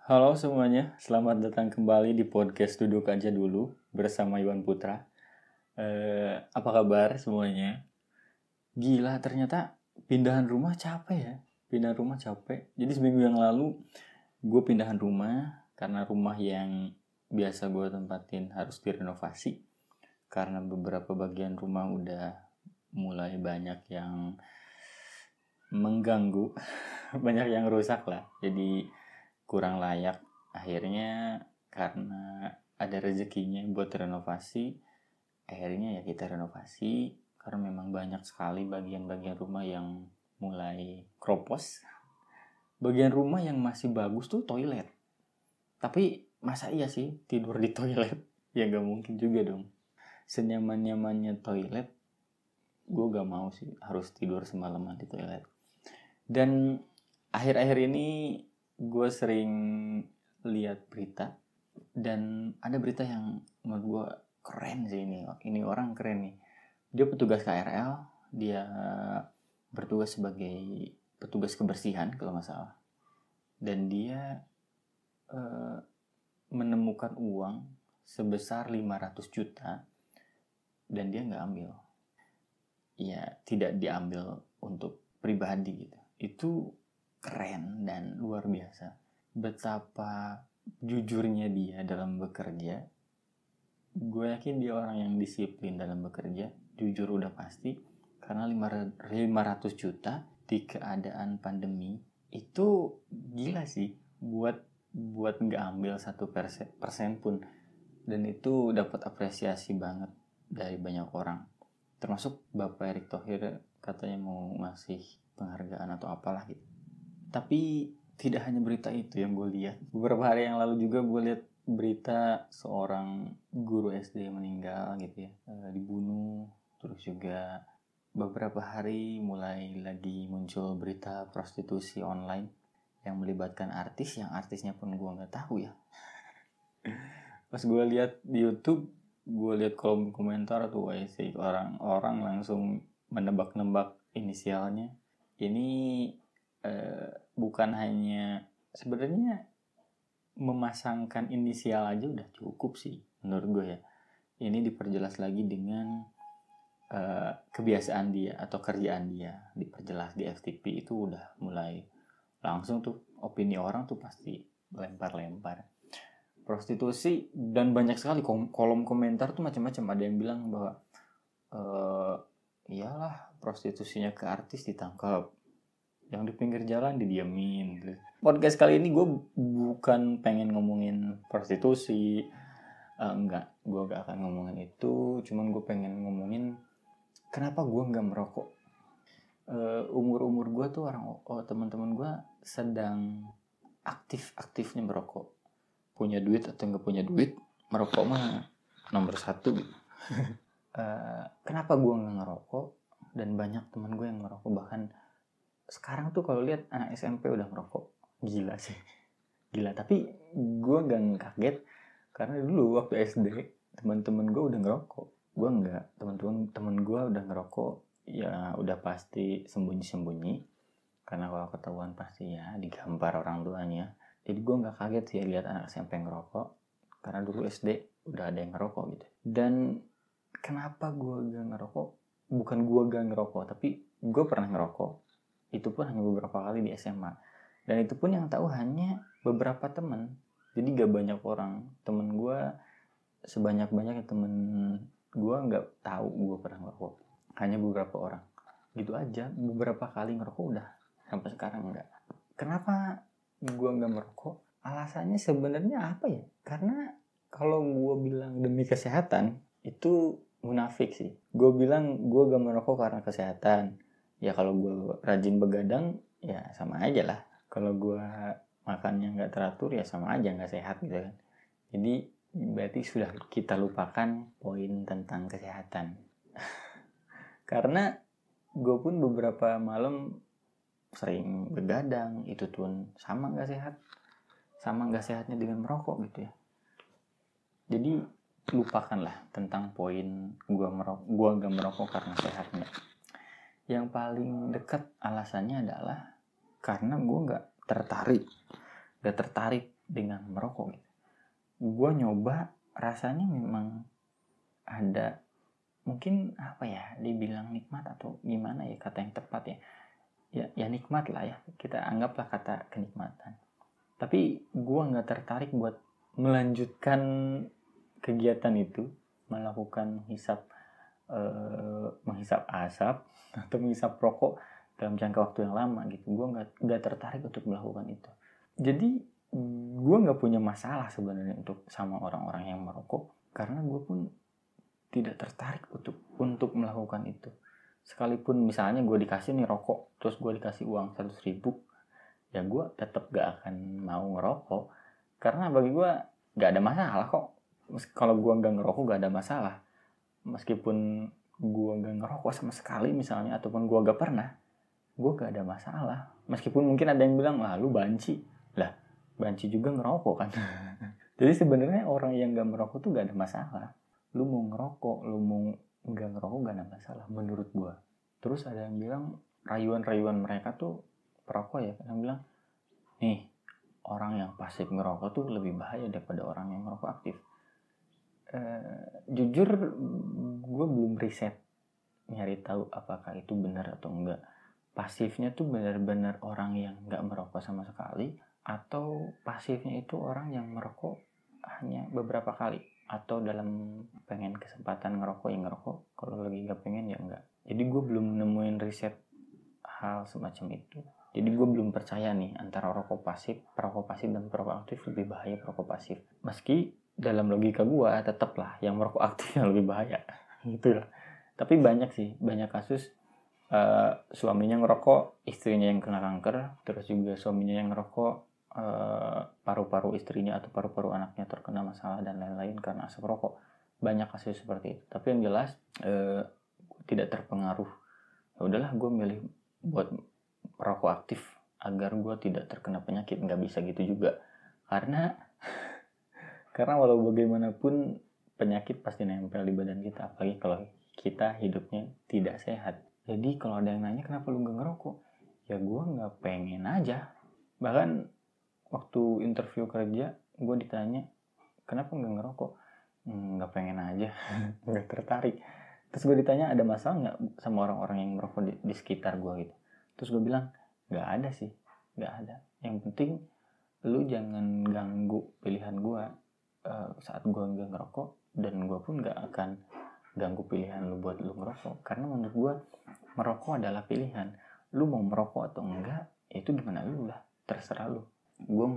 Halo semuanya, selamat datang kembali di podcast Duduk Aja Dulu bersama Iwan Putra. Apa kabar semuanya? Gila, ternyata pindahan rumah capek ya. Pindahan rumah capek. Jadi seminggu yang lalu gue pindahan rumah karena rumah yang biasa gue tempatin harus direnovasi. Karena beberapa bagian rumah udah mulai banyak yang mengganggu, banyak yang rusak lah. Jadi kurang layak. Akhirnya karena ada rezekinya buat renovasi, akhirnya ya kita renovasi karena memang banyak sekali bagian-bagian rumah yang mulai kropos. Bagian rumah yang masih bagus tuh toilet. Tapi masa iya sih tidur di toilet? Ya gak mungkin juga dong. Senyaman-nyamannya toilet, gue gak mau sih harus tidur semalaman di toilet. Dan akhir-akhir ini gue sering lihat berita dan ada berita yang menurut gue keren sih. Ini orang keren nih. Dia petugas KRL, dia bertugas sebagai petugas kebersihan kalau nggak salah, dan dia menemukan uang sebesar 500 juta dan dia nggak ambil. Ya tidak diambil untuk pribadi gitu. Itu keren dan luar biasa. Betapa jujurnya dia dalam bekerja. Gue yakin dia orang yang disiplin dalam bekerja. Jujur udah pasti. Karena 500 juta di keadaan pandemi itu gila sih. Buat nggak ambil 1% pun. Dan itu dapat apresiasi banget dari banyak orang. Termasuk Bapak Erick Thohir katanya mau ngasih penghargaan atau apalah gitu. Tapi tidak hanya berita itu yang gue lihat. Beberapa hari yang lalu juga gue lihat berita seorang guru SD meninggal gitu ya, dibunuh. Terus juga beberapa hari mulai lagi muncul berita prostitusi online yang melibatkan artis, yang artisnya pun gue nggak tahu ya. Pas gue lihat di YouTube, gue lihat kolom komentar tuh sih orang-orang langsung menebak-nebak inisialnya. Ini bukan hanya, sebenarnya memasangkan inisial aja udah cukup sih menurut gue ya. Ini diperjelas lagi dengan kebiasaan dia atau kerjaan dia, diperjelas di FTP. Itu udah mulai langsung tuh opini orang tuh pasti lempar-lempar prostitusi. Dan banyak sekali kolom komentar tuh macam-macam. Ada yang bilang bahwa iyalah prostitusinya ke artis ditangkap, yang di pinggir jalan didiamin gitu. Podcast kali ini gue bukan pengen ngomongin prostitusi, enggak, gue gak akan ngomongin itu. Cuman gue pengen ngomongin kenapa gue nggak merokok. Umur gue tuh teman-teman gue sedang aktifnya merokok. Punya duit atau nggak punya duit, merokok mah nomor satu. Kenapa gue nggak ngerokok? Dan banyak teman gue yang merokok. Bahkan sekarang tuh kalau lihat anak SMP udah merokok, gila sih, gila. Tapi gue gak kaget karena dulu waktu SD teman-teman gue udah ngerokok, gue nggak. Teman-teman gue udah ngerokok ya udah pasti sembunyi-sembunyi, karena kalau ketahuan pasti ya digampar orang tuanya. Jadi gue nggak kaget sih lihat anak SMP ngerokok, karena dulu SD udah ada yang ngerokok gitu. Dan kenapa gue gak ngerokok? Bukan gue gak ngerokok, tapi gue pernah ngerokok. Itu pun hanya beberapa kali di SMA. Dan itu pun yang tahu hanya beberapa teman. Jadi gak banyak orang. Temen gue, sebanyak-banyaknya temen gue gak tahu gue pernah ngerokok. Hanya beberapa orang. Gitu aja. Beberapa kali ngerokok udah. Sampai sekarang enggak. Kenapa gue gak merokok? Alasannya sebenarnya apa ya? Karena kalau gue bilang demi kesehatan, itu munafik sih. Gue bilang gue gak merokok karena kesehatan. Ya kalau gue rajin begadang ya sama aja lah. Kalau gue makannya nggak teratur ya sama aja nggak sehat gitu kan. Jadi berarti sudah kita lupakan poin tentang kesehatan. Karena gue pun beberapa malam sering begadang, itu pun sama nggak sehat. Sama nggak sehatnya dengan merokok gitu ya. Jadi lupakanlah tentang poin gue gak merokok karena sehatnya. Yang paling dekat alasannya adalah karena gue gak tertarik dengan merokok gitu. Gue nyoba, rasanya memang ada, mungkin apa ya, dibilang nikmat atau gimana ya kata yang tepat ya nikmat lah ya, kita anggaplah kata kenikmatan. Tapi gue nggak tertarik buat melanjutkan kegiatan itu, melakukan menghisap asap atau menghisap rokok dalam jangka waktu yang lama gitu. Gue nggak tertarik untuk melakukan itu. Jadi gue nggak punya masalah sebenarnya untuk sama orang-orang yang merokok, karena gue pun tidak tertarik untuk melakukan itu. Sekalipun misalnya gue dikasih nih rokok, terus gue dikasih uang 100.000, ya gue tetap gak akan mau ngerokok, karena bagi gue gak ada masalah kok. Kalau gue gak ngerokok gak ada masalah, meskipun gue gak ngerokok sama sekali misalnya, ataupun gue gak pernah, gue gak ada masalah. Meskipun mungkin ada yang bilang, lah lu banci, lah banci juga ngerokok kan. Jadi sebenarnya orang yang gak merokok tuh gak ada masalah. Lu mau ngerokok, lu mau gak ngerokok gak ada masalah menurut gue. Terus ada yang bilang rayuan-rayuan mereka tuh perokok ya, yang bilang nih, orang yang pasif ngerokok tuh lebih bahaya daripada orang yang ngerokok aktif. Jujur gue belum riset nyari tahu apakah itu benar atau enggak. Pasifnya tuh benar-benar orang yang nggak merokok sama sekali, atau pasifnya itu orang yang merokok hanya beberapa kali, atau dalam pengen kesempatan ngerokok ya ngerokok, kalau lagi nggak pengen ya enggak. Jadi gue belum nemuin riset hal semacam itu. Jadi gue belum percaya nih antara perokok pasif dan perokok aktif lebih bahaya perokok pasif. Meski dalam logika gue tetaplah yang merokok aktif yang lebih bahaya gitu lah. Tapi banyak kasus suaminya ngerokok, istrinya yang kena kanker, terus juga suaminya yang ngerokok, paru-paru istrinya atau paru-paru anaknya terkena masalah dan lain-lain karena asap rokok. Banyak kasus seperti itu. Tapi yang jelas tidak terpengaruh. Ya udahlah, gue milih buat perokok aktif agar gue tidak terkena penyakit. Nggak bisa gitu juga, karena walau bagaimanapun penyakit pasti nempel di badan kita, apalagi kalau kita hidupnya tidak sehat. Jadi kalau ada yang nanya kenapa lu gak ngerokok, ya gue gak pengen aja. Bahkan waktu interview kerja gue ditanya kenapa gak ngerokok, gak pengen aja. Gak tertarik. Terus gue ditanya ada masalah gak sama orang-orang yang merokok di sekitar gue gitu. Terus gue bilang gak ada sih, gak ada. Yang penting lu jangan ganggu pilihan gue saat gue gak ngerokok, dan gue pun gak akan ganggu pilihan lu buat lu ngerokok. Karena menurut gue merokok adalah pilihan. Lu mau merokok atau enggak, itu gimana lu lah, terserah lu. Gue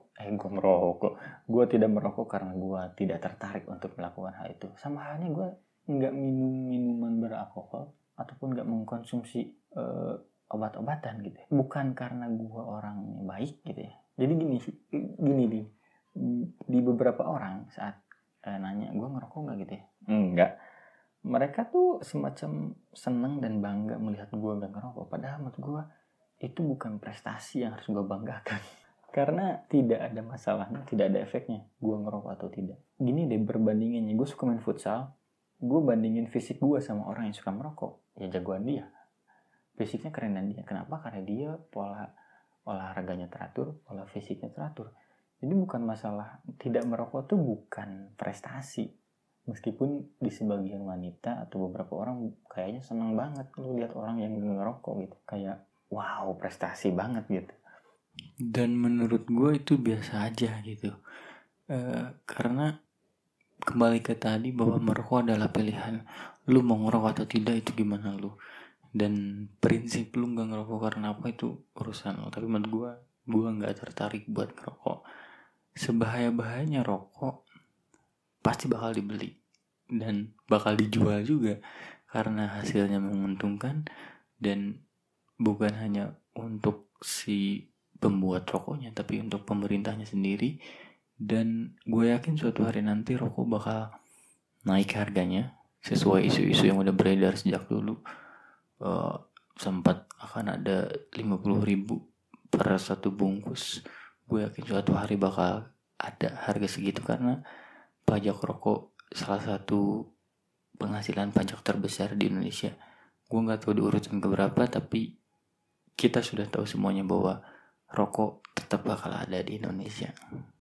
tidak merokok karena gue tidak tertarik untuk melakukan hal itu. Sama halnya gue nggak minum minuman beralkohol ataupun nggak mengkonsumsi obat-obatan gitu. Bukan karena gue orang baik gitu ya. Jadi gini di beberapa orang saat nanya gue ngerokok nggak gitu ya, enggak. Mereka tuh semacam seneng dan bangga melihat gue gak ngerokok. Padahal menurut gue itu bukan prestasi yang harus gue banggakan. Karena tidak ada masalahnya, tidak ada efeknya gue ngerokok atau tidak. Gini deh perbandingannya, gue suka main futsal, gue bandingin fisik gue sama orang yang suka merokok, ya jagoan dia. Fisiknya kerenan dia. Kenapa? Karena dia pola olahraganya teratur, pola fisiknya teratur. Jadi bukan masalah, tidak merokok tuh bukan prestasi. Meskipun di sebagian wanita atau beberapa orang kayaknya senang banget lu lihat orang yang ngerokok gitu, kayak wow prestasi banget gitu. Dan menurut gue itu biasa aja gitu. Karena kembali ke tadi bahwa merokok adalah pilihan. Lu mau ngerokok atau tidak itu gimana lu. Dan prinsip lu gak ngerokok karena apa itu urusan lu. Tapi menurut gue gak tertarik buat ngerokok. Sebahaya-bahayanya rokok pasti bakal dibeli dan bakal dijual juga karena hasilnya menguntungkan, dan bukan hanya untuk si pembuat rokoknya tapi untuk pemerintahnya sendiri. Dan gue yakin suatu hari nanti rokok bakal naik harganya sesuai isu-isu yang udah beredar sejak dulu. Sempat akan ada 50.000 per satu bungkus. Gue yakin suatu hari bakal ada harga segitu karena pajak rokok salah satu penghasilan pajak terbesar di Indonesia. Gue gak tahu di urutan keberapa, tapi kita sudah tahu semuanya bahwa rokok tetap bakal ada di Indonesia.